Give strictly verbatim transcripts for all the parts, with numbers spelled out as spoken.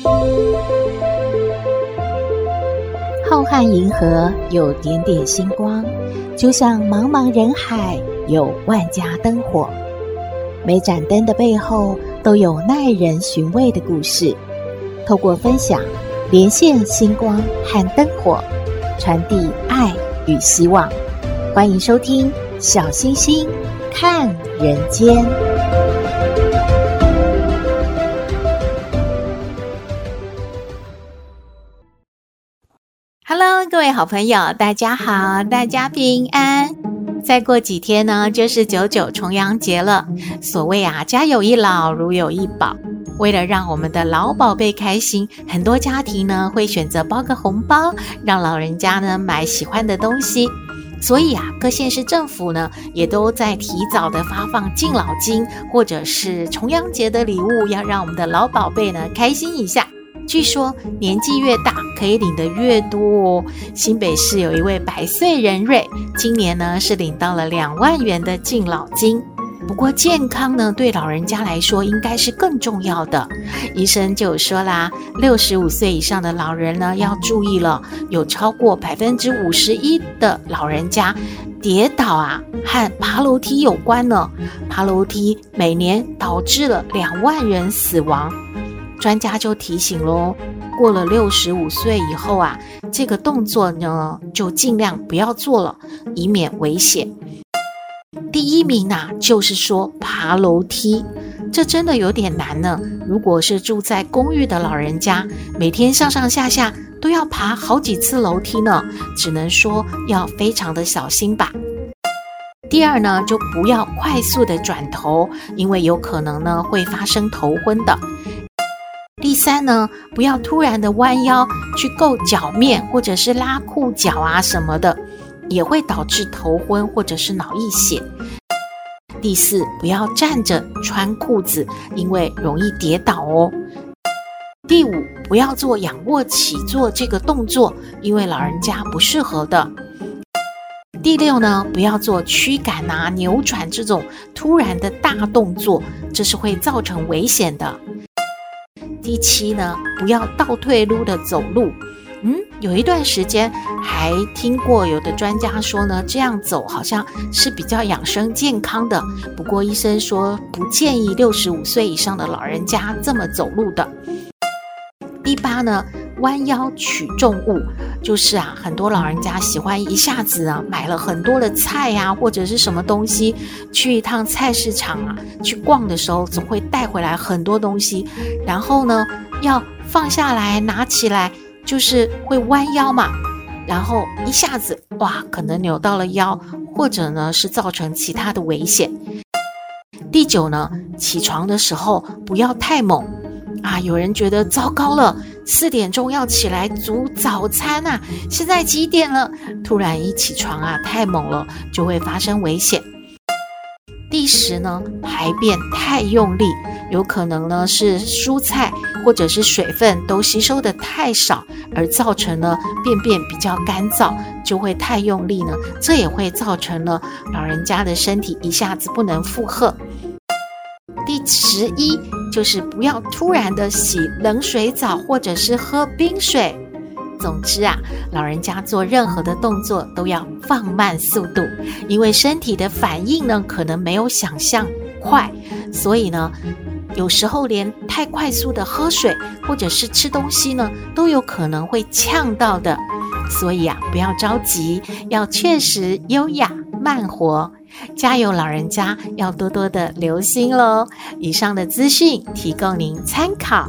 浩瀚银河有点点星光，就像茫茫人海有万家灯火。每盏灯的背后都有耐人寻味的故事，透过分享连线星光和灯火，传递爱与希望。欢迎收听小星星看人间。Hello， 各位好朋友，大家好，大家平安。再过几天呢，就是九九重阳节了。所谓啊，家有一老，如有一宝。为了让我们的老宝贝开心，很多家庭呢会选择包个红包，让老人家呢买喜欢的东西。所以啊，各县市政府呢也都在提早的发放敬老金，或者是重阳节的礼物，要让我们的老宝贝呢开心一下。据说年纪越大可以领的越多哦。新北市有一位百岁人瑞，今年呢是领到了两万元的敬老金。不过健康呢对老人家来说应该是更重要的。医生就有说啦，六十五岁以上的老人呢要注意了，有超过百分之五十一的老人家跌倒啊和爬楼梯有关呢。爬楼梯每年导致了两万人死亡。专家就提醒咯，过了六十五岁以后啊，这个动作呢就尽量不要做了，以免危险。第一名啊，就是说爬楼梯，这真的有点难呢。如果是住在公寓的老人家，每天上上下下都要爬好几次楼梯呢，只能说要非常的小心吧。第二呢，就不要快速的转头，因为有可能呢会发生头昏的。第三呢，不要突然的弯腰去够脚面，或者是拉裤脚啊什么的，也会导致头昏或者是脑溢血。第四，不要站着穿裤子，因为容易跌倒哦。第五，不要做仰卧起坐这个动作，因为老人家不适合的。第六呢，不要做驱赶啊、扭转这种突然的大动作，这是会造成危险的。第七呢，不要倒退路的走路。嗯，有一段时间还听过有的专家说呢，这样走好像是比较养生健康的。不过医生说不建议六十五岁以上的老人家这么走路的。第八呢，弯腰取重物，就是啊，很多老人家喜欢一下子啊买了很多的菜啊，或者是什么东西，去一趟菜市场啊，去逛的时候总会带回来很多东西，然后呢要放下来拿起来，就是会弯腰嘛，然后一下子哇，可能扭到了腰，或者呢是造成其他的危险。第九呢，起床的时候不要太猛啊，有人觉得糟糕了，四点钟要起来煮早餐啊，现在几点了？突然一起床啊，太猛了，就会发生危险。第十呢，排便太用力，有可能呢是蔬菜或者是水分都吸收的太少，而造成了便便比较干燥，就会太用力呢，这也会造成了老人家的身体一下子不能负荷。第十一就是不要突然的洗冷水澡或者是喝冰水。总之啊，老人家做任何的动作都要放慢速度，因为身体的反应呢可能没有想象快，所以呢有时候连太快速的喝水或者是吃东西呢都有可能会呛到的。所以啊，不要着急，要确实优雅慢活。加油老人家，要多多的留心咯。以上的资讯提供您参考。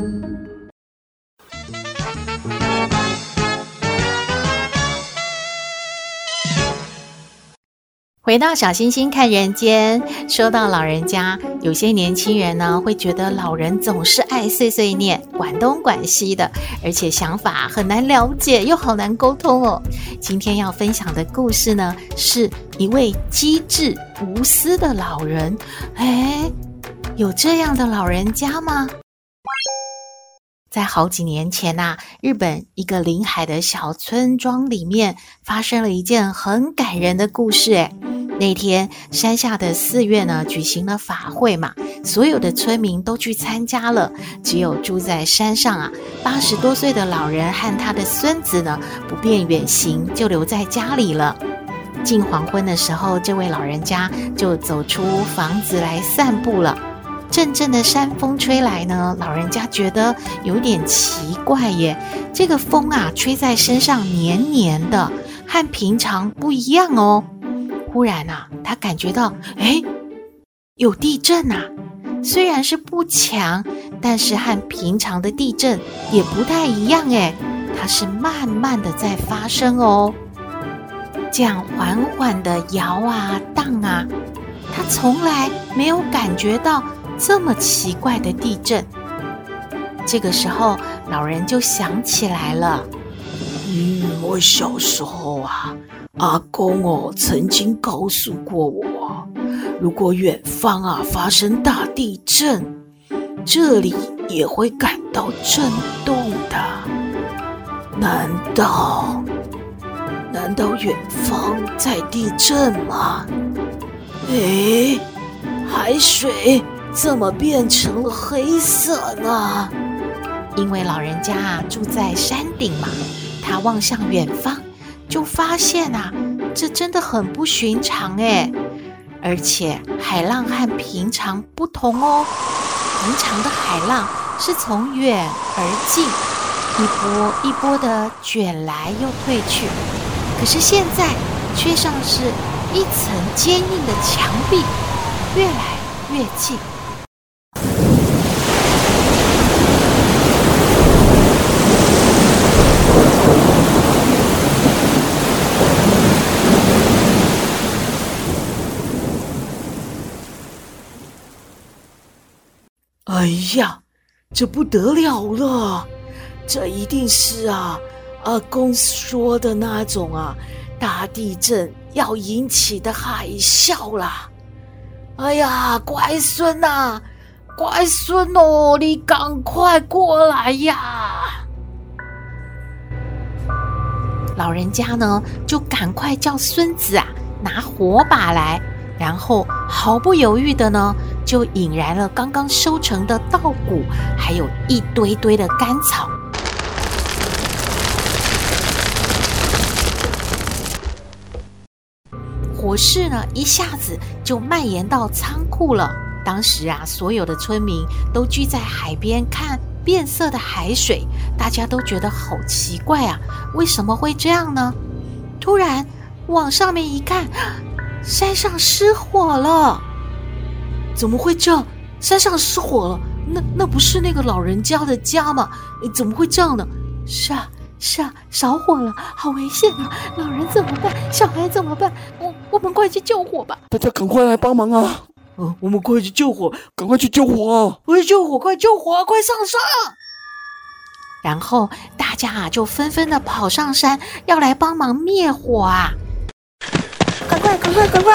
回到小星星看人间，说到老人家，有些年轻人呢会觉得老人总是爱碎碎念，管东管西的，而且想法很难了解，又好难沟通哦。今天要分享的故事呢，是一位机智无私的老人。哎，有这样的老人家吗？ 在好几年前啊，日本一个临海的小村庄里面发生了一件很感人的故事。诶，那天山下的寺院呢举行了法会嘛，所有的村民都去参加了，只有住在山上啊八十多岁的老人和他的孙子呢不便远行，就留在家里了。近黄昏的时候，这位老人家就走出房子来散步了。阵阵的山风吹来呢，老人家觉得有点奇怪耶，这个风啊吹在身上黏黏的，和平常不一样哦。忽然啊，他感觉到诶，有地震啊，虽然是不强，但是和平常的地震也不太一样诶，它是慢慢的在发生哦，这样缓缓的摇啊荡啊，他从来没有感觉到这么奇怪的地震。这个时候老人就想起来了， 嗯，我小时候啊，阿公哦曾经告诉过我，如果远方啊发生大地震，这里也会感到震动的。难道难道远方在地震吗？诶，海水怎么变成了黑色呢？ 因为老人家啊住在山顶嘛，他望向远方，就发现啊，这真的很不寻常诶，而且海浪和平常不同哦。平常的海浪是从远而近，一波一波的卷来又退去，可是现在却像是一层坚硬的墙壁，越来越近。 哎呀，这不得了了，这一定是啊阿公说的那种啊大地震要引起的海啸啦！哎呀，乖孙啊，乖孙哦，你赶快过来呀！ 老人家呢就赶快叫孙子啊拿火把来，然后毫不犹豫的呢就引燃了刚刚收成的稻谷，还有一堆堆的干草。火势呢一下子就蔓延到仓库了。当时啊，所有的村民都聚在海边看变色的海水，大家都觉得好奇怪啊，为什么会这样呢？突然往上面一看，山上失火了。 怎么会这样？山上失火了？那那不是那个老人家的家吗？怎么会这样呢？ 是啊，是啊，着火了，好危险啊！老人怎么办？小孩怎么办？我我们快去救火吧！ 大家赶快来帮忙啊！ 嗯，我们快去救火， 赶快去救火啊！ 快救火，快救火，快上山啊！ 然后大家啊就纷纷的跑上山，要来帮忙灭火啊！ 赶快，赶快，赶快！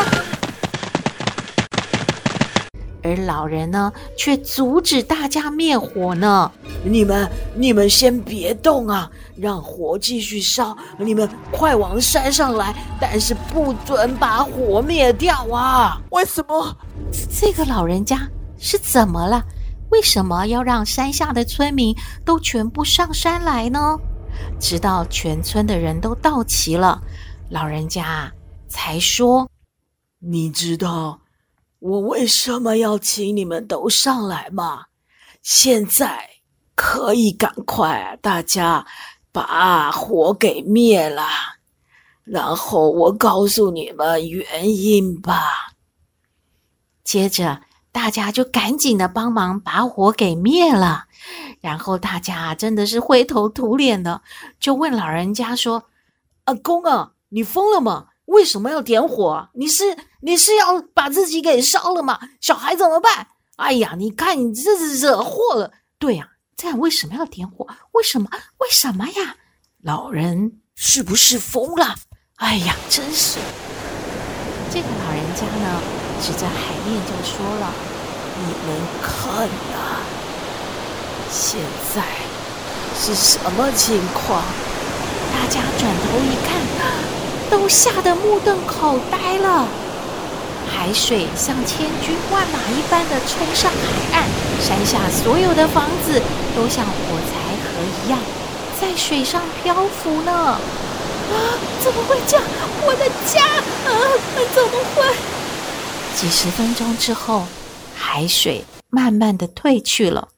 而老人呢，却阻止大家灭火呢。 你们，你们先别动啊，让火继续烧。你们快往山上来，但是不准把火灭掉啊！ 为什么？ 这个老人家是怎么了？为什么要让山下的村民都全部上山来呢？直到全村的人都到齐了，老人家才说：“ 你知道我为什么要请你们都上来吗？现在可以赶快大家把火给灭了，然后我告诉你们原因吧。” 接着大家就赶紧的帮忙把火给灭了，然后大家真的是灰头土脸的，就问老人家说：“ 阿公啊，你疯了吗？为什么要点火啊？你是你是要把自己给烧了吗？小孩怎么办？哎呀，你看你这是惹祸了。 对呀，这样为什么要点火？为什么？为什么呀？ 老人是不是疯了？哎呀，真是。” 这个老人家呢，指着海面就说了：“ 你们看啊，现在是什么情况？ 大家转头一看，都吓得目瞪口呆了。海水像千军万马一般的冲上海岸，山下所有的房子都像火柴盒一样在水上漂浮呢。啊，怎么会这样？我的家啊，怎么会？几十分钟之后，海水慢慢的退去了。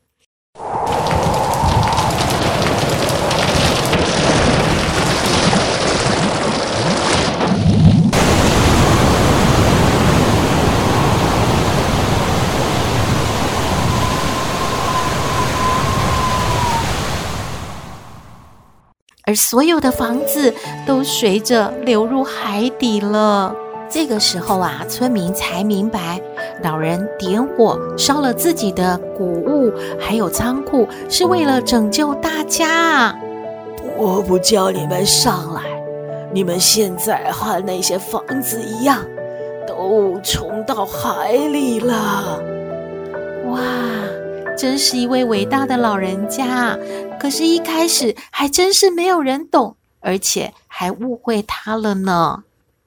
而所有的房子都随着流入海底了。这个时候啊，村民才明白，老人点火烧了自己的谷物还有仓库，是为了拯救大家。 我不叫你们上来，你们现在和那些房子一样，都冲到海里了。 哇，真是一位伟大的老人家。可是一开始还真是没有人懂，而且还误会他了呢。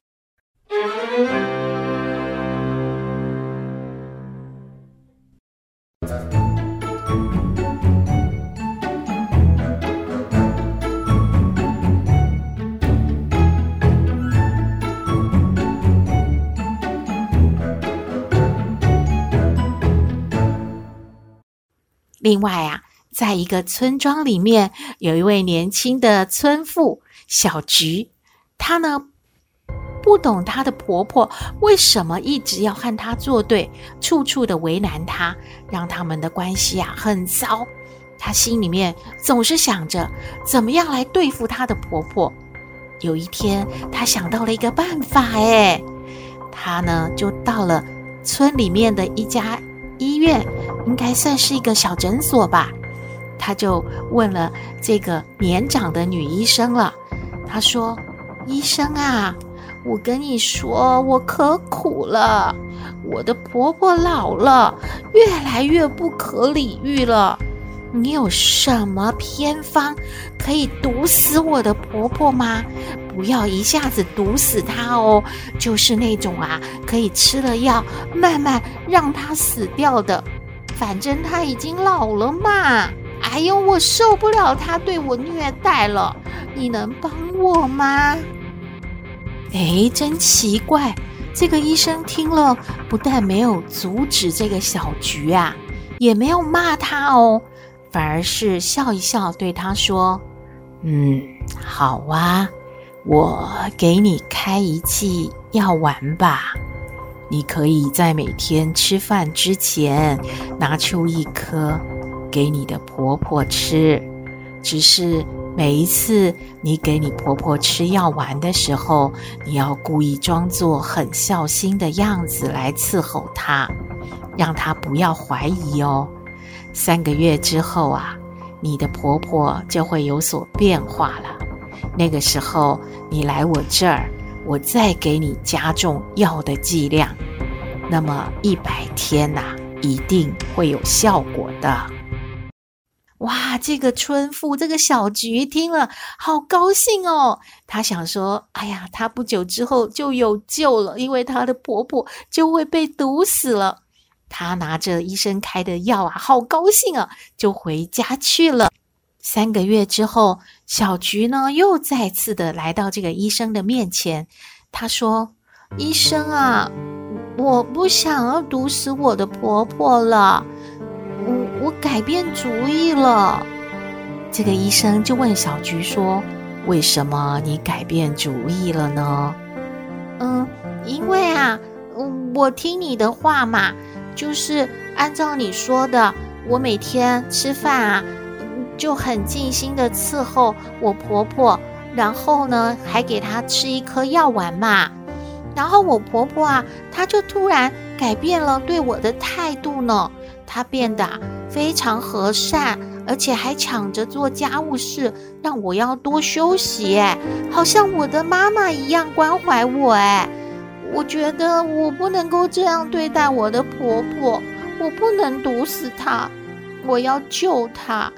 另外啊，在一个村庄里面，有一位年轻的村妇小菊，她呢不懂她的婆婆为什么一直要和她作对，处处的为难她，让他们的关系啊很糟。她心里面总是想着怎么样来对付她的婆婆。有一天，她想到了一个办法，哎，她呢就到了村里面的一家医院，应该算是一个小诊所吧。他就问了这个年长的女医生了，他说：医生啊，我跟你说，我可苦了，我的婆婆老了，越来越不可理喻了，你有什么偏方可以毒死我的婆婆吗？不要一下子毒死她哦，就是那种啊可以吃了药慢慢让她死掉的，反正她已经老了嘛。哎呦，我受不了她对我虐待了，你能帮我吗？哎，真奇怪，这个医生听了不但没有阻止这个小菊啊，也没有骂她哦，反而是笑一笑对她说：嗯，好啊，我给你开一剂药丸吧，你可以在每天吃饭之前拿出一颗给你的婆婆吃，只是每一次你给你婆婆吃药丸的时候，你要故意装作很孝心的样子来伺候她，让她不要怀疑哦。三个月之后啊，你的婆婆就会有所变化了。那个时候你来我这儿，我再给你加重药的剂量，那么一百天啊，一定会有效果的。哇，这个村妇，这个小菊听了好高兴哦。她想说，哎呀，她不久之后就有救了，因为她的婆婆就会被毒死了。她拿着医生开的药啊，好高兴啊，就回家去了。三个月之后，小菊呢又再次的来到这个医生的面前。她说：医生啊，我不想要毒死我的婆婆了，我我改变主意了。这个医生就问小菊说：为什么你改变主意了呢？嗯，因为啊，我听你的话嘛，就是按照你说的，我每天吃饭啊就很尽心的伺候我婆婆，然后呢还给她吃一颗药丸嘛。然后我婆婆啊，她就突然改变了对我的态度呢，她变得非常和善，而且还抢着做家务事，让我要多休息，哎，好像我的妈妈一样关怀我，哎，我觉得我不能够这样对待我的婆婆，我不能毒死她，我要救她。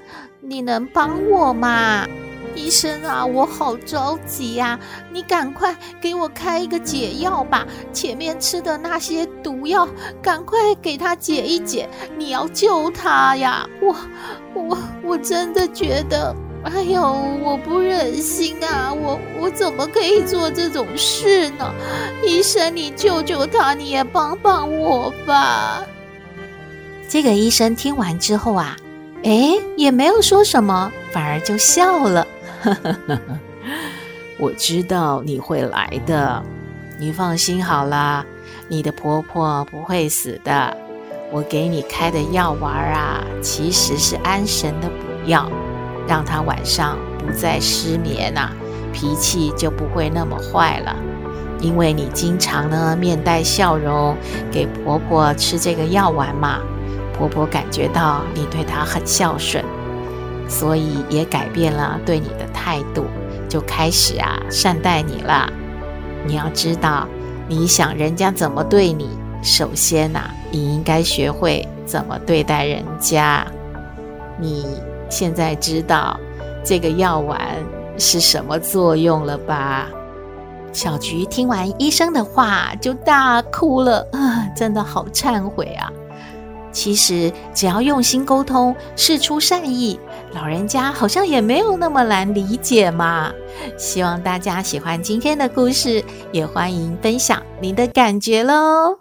你能帮我吗？医生啊，我好着急啊，你赶快给我开一个解药吧，前面吃的那些毒药赶快给他解一解，你要救他呀。我我我真的觉得，哎呦，我不忍心啊，我我怎么可以做这种事呢？医生，你救救他，你也帮帮我吧。这个医生听完之后啊，诶，也没有说什么，反而就笑了。 我知道你会来的，你放心好啦，你的婆婆不会死的。我给你开的药丸啊，其实是安神的补药，让她晚上不再失眠啊，脾气就不会那么坏了。因为你经常呢面带笑容给婆婆吃这个药丸嘛，婆婆感觉到你对她很孝顺，所以也改变了对你的态度，就开始啊善待你了。你要知道，你想人家怎么对你，首先啊你应该学会怎么对待人家。你现在知道这个药丸是什么作用了吧？小菊听完医生的话就大哭了啊，真的好忏悔啊。其实只要用心沟通，释出善意，老人家好像也没有那么难理解嘛。希望大家喜欢今天的故事，也欢迎分享您的感觉咯。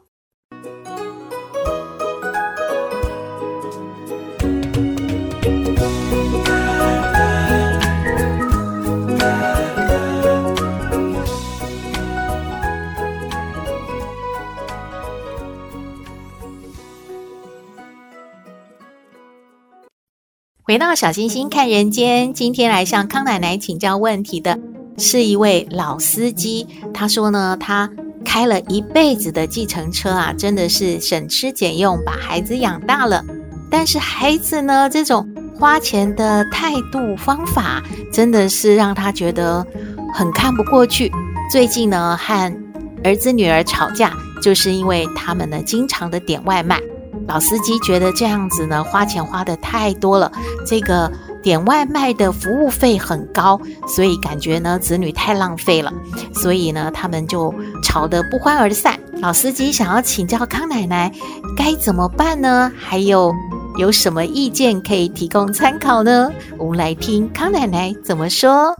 回到小星星看人间，今天来向康奶奶请教问题的是一位老司机。他说呢，他开了一辈子的计程车啊，真的是省吃俭用把孩子养大了，但是孩子呢这种花钱的态度方法真的是让他觉得很看不过去。最近呢和儿子女儿吵架，就是因为他们呢经常的点外卖。老司机觉得这样子呢花钱花得太多了，这个点外卖的服务费很高，所以感觉呢子女太浪费了，所以呢他们就吵得不欢而散。老司机想要请教康奶奶该怎么办呢？还有有什么意见可以提供参考呢？我们来听康奶奶怎么说。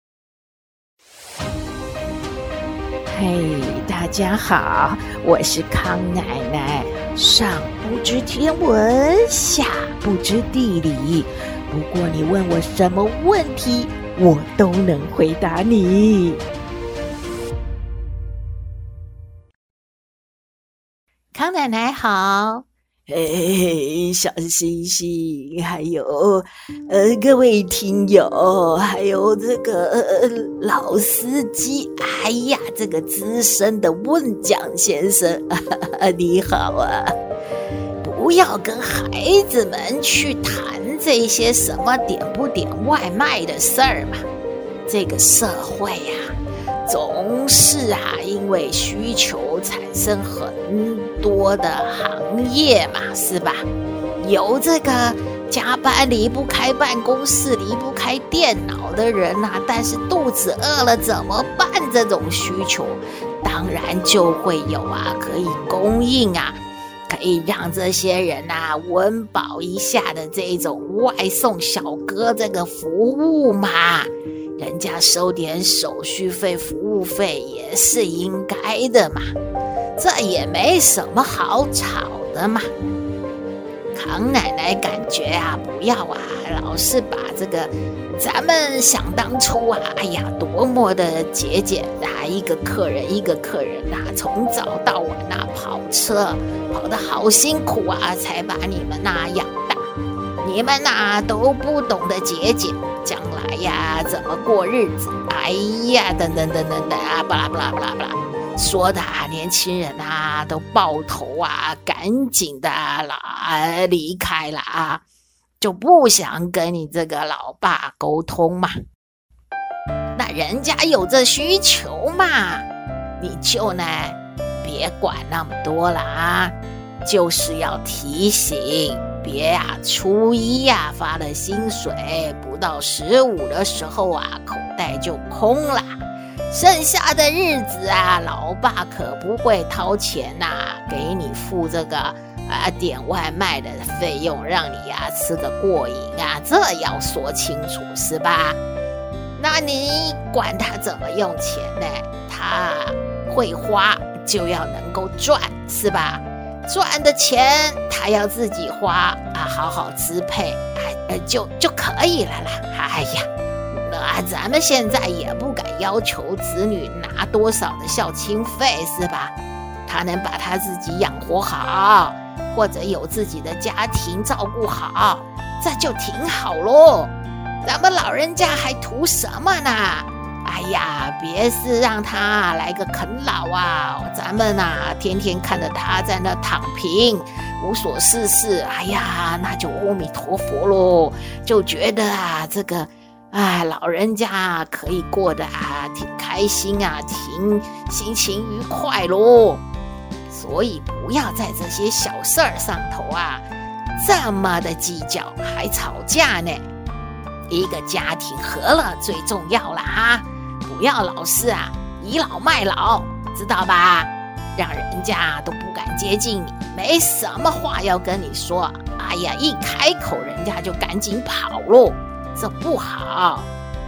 嘿，大家好，我是康奶奶。上不知天文，下不知地理，不过你问我什么问题，我都能回答你。 康奶奶好。 嘿，小星星，还有呃各位听友，还有这个、呃、老司机，哎呀，这个资深的问蒋先生，哈哈，你好啊！不要跟孩子们去谈这些什么点不点外卖的事儿嘛。这个社会啊，总是啊，因为需求产生很多的行业嘛，是吧？有这个加班离不开办公室、离不开电脑的人啊，但是肚子饿了怎么办？这种需求，当然就会有啊，可以供应啊，可以让这些人啊温饱一下的这种外送小哥这个服务嘛。人家收点手续费、服务费也是应该的嘛，这也没什么好吵的嘛。康奶奶感觉啊，不要啊，老是把这个咱们想当初啊，哎呀，多么的节俭啊，一个客人一个客人啊，从早到晚啊跑车，跑得好辛苦啊，才把你们啊养大。你们啊都不懂得节俭，将来呀怎么过日子？哎呀，等等等等等啊，巴拉巴拉巴拉巴拉，说的啊，年轻人啊都抱头啊，赶紧的啦离开了啊，就不想跟你这个老爸沟通嘛。那人家有这需求嘛，你就呢别管那么多了啊，就是要提醒别啊初一啊发了薪水，不到十五的时候啊，口袋就空了。剩下的日子啊，老爸可不会掏钱呐、啊，给你付这个啊点外卖的费用，让你啊吃个过瘾啊，这要说清楚是吧？那你管他怎么用钱呢？他会花就要能够赚，是吧？赚的钱他要自己花啊，好好支配，哎，就就可以了啦。哎呀。那咱们现在也不敢要求子女拿多少的孝亲费，是吧？他能把他自己养活好，或者有自己的家庭照顾好，这就挺好咯。咱们老人家还图什么呢？哎呀，别是让他来个啃老啊！咱们啊，天天看着他在那躺平，无所事事，哎呀，那就阿弥陀佛咯，就觉得啊，这个。哎，老人家可以过得啊挺开心啊，挺心情愉快咯。所以不要在这些小事儿上头啊这么的计较，还吵架呢。一个家庭和乐最重要啦哈，不要老是啊倚老卖老，知道吧？让人家都不敢接近你，没什么话要跟你说。哎呀，一开口人家就赶紧跑咯。这不好，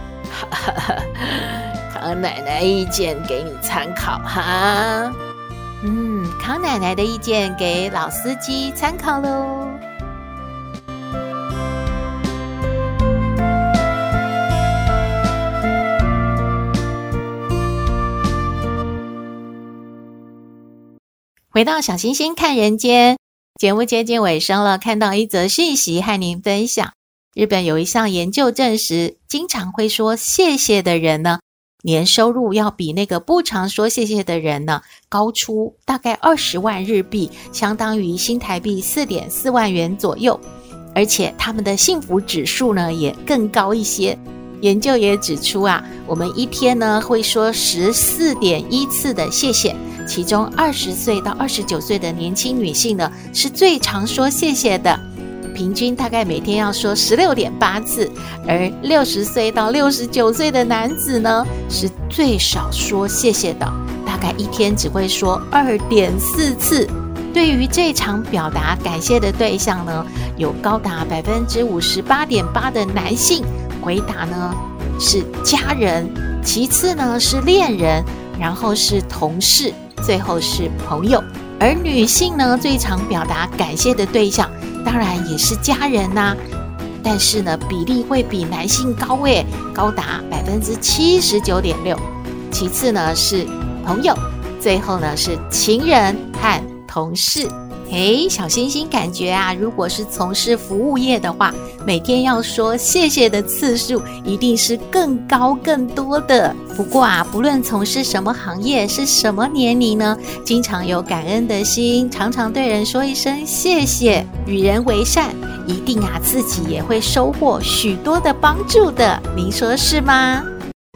康奶奶意见给你参考哈。 嗯，康奶奶的意见给老司机参考喽。回到小星星看人间，节目接近尾声了，看到一则讯息和您分享。日本有一项研究证实，经常会说谢谢的人呢，年收入要比那个不常说谢谢的人呢高出大概二十万日币，相当于新台币 四点四万元左右，而且他们的幸福指数呢也更高一些。研究也指出啊，我们一天呢会说 十四点一 次的谢谢，其中二十岁到二十九岁的年轻女性呢是最常说谢谢的，平均大概每天要说 十六点八 次，而六十岁到六十九岁的男子呢是最少说谢谢的，大概一天只会说 二点四 次。对于这场表达感谢的对象呢，有高达 百分之五十八点八 的男性回答呢是家人，其次呢是恋人，然后是同事，最后是朋友。而女性呢最常表达感谢的对象当然也是家人啊，但是呢比例会比男性高诶，高达 百分之七十九点六， 其次呢是朋友，最后呢是情人和同事。诶，小星星感觉啊，如果是从事服务业的话，每天要说谢谢的次数一定是更高更多的。不过啊，不论从事什么行业，是什么年龄呢，经常有感恩的心，常常对人说一声谢谢，与人为善，一定啊自己也会收获许多的帮助的，您说是吗？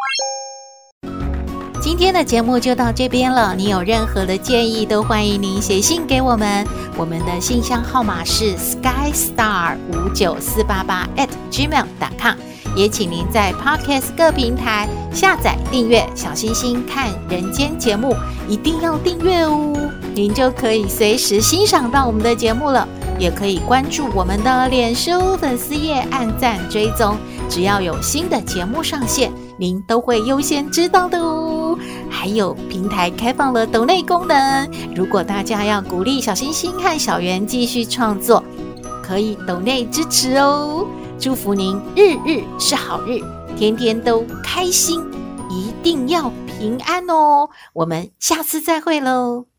今天的节目就到这边了，你有任何的建议都欢迎您写信给我们，我们的信箱号码是 skystar 五九四八八 at gmail dot com， 也请您在 Podcast 各平台下载订阅小星星看人间节目，一定要订阅哦，您就可以随时欣赏到我们的节目了，也可以关注我们的脸书粉丝页按赞追踪，只要有新的节目上线，您都会优先知道的哦。还有平台开放了抖内功能，如果大家要鼓励小星星和小圆继续创作，可以抖内支持哦。祝福您日日是好日，天天都开心，一定要平安哦。我们下次再会喽。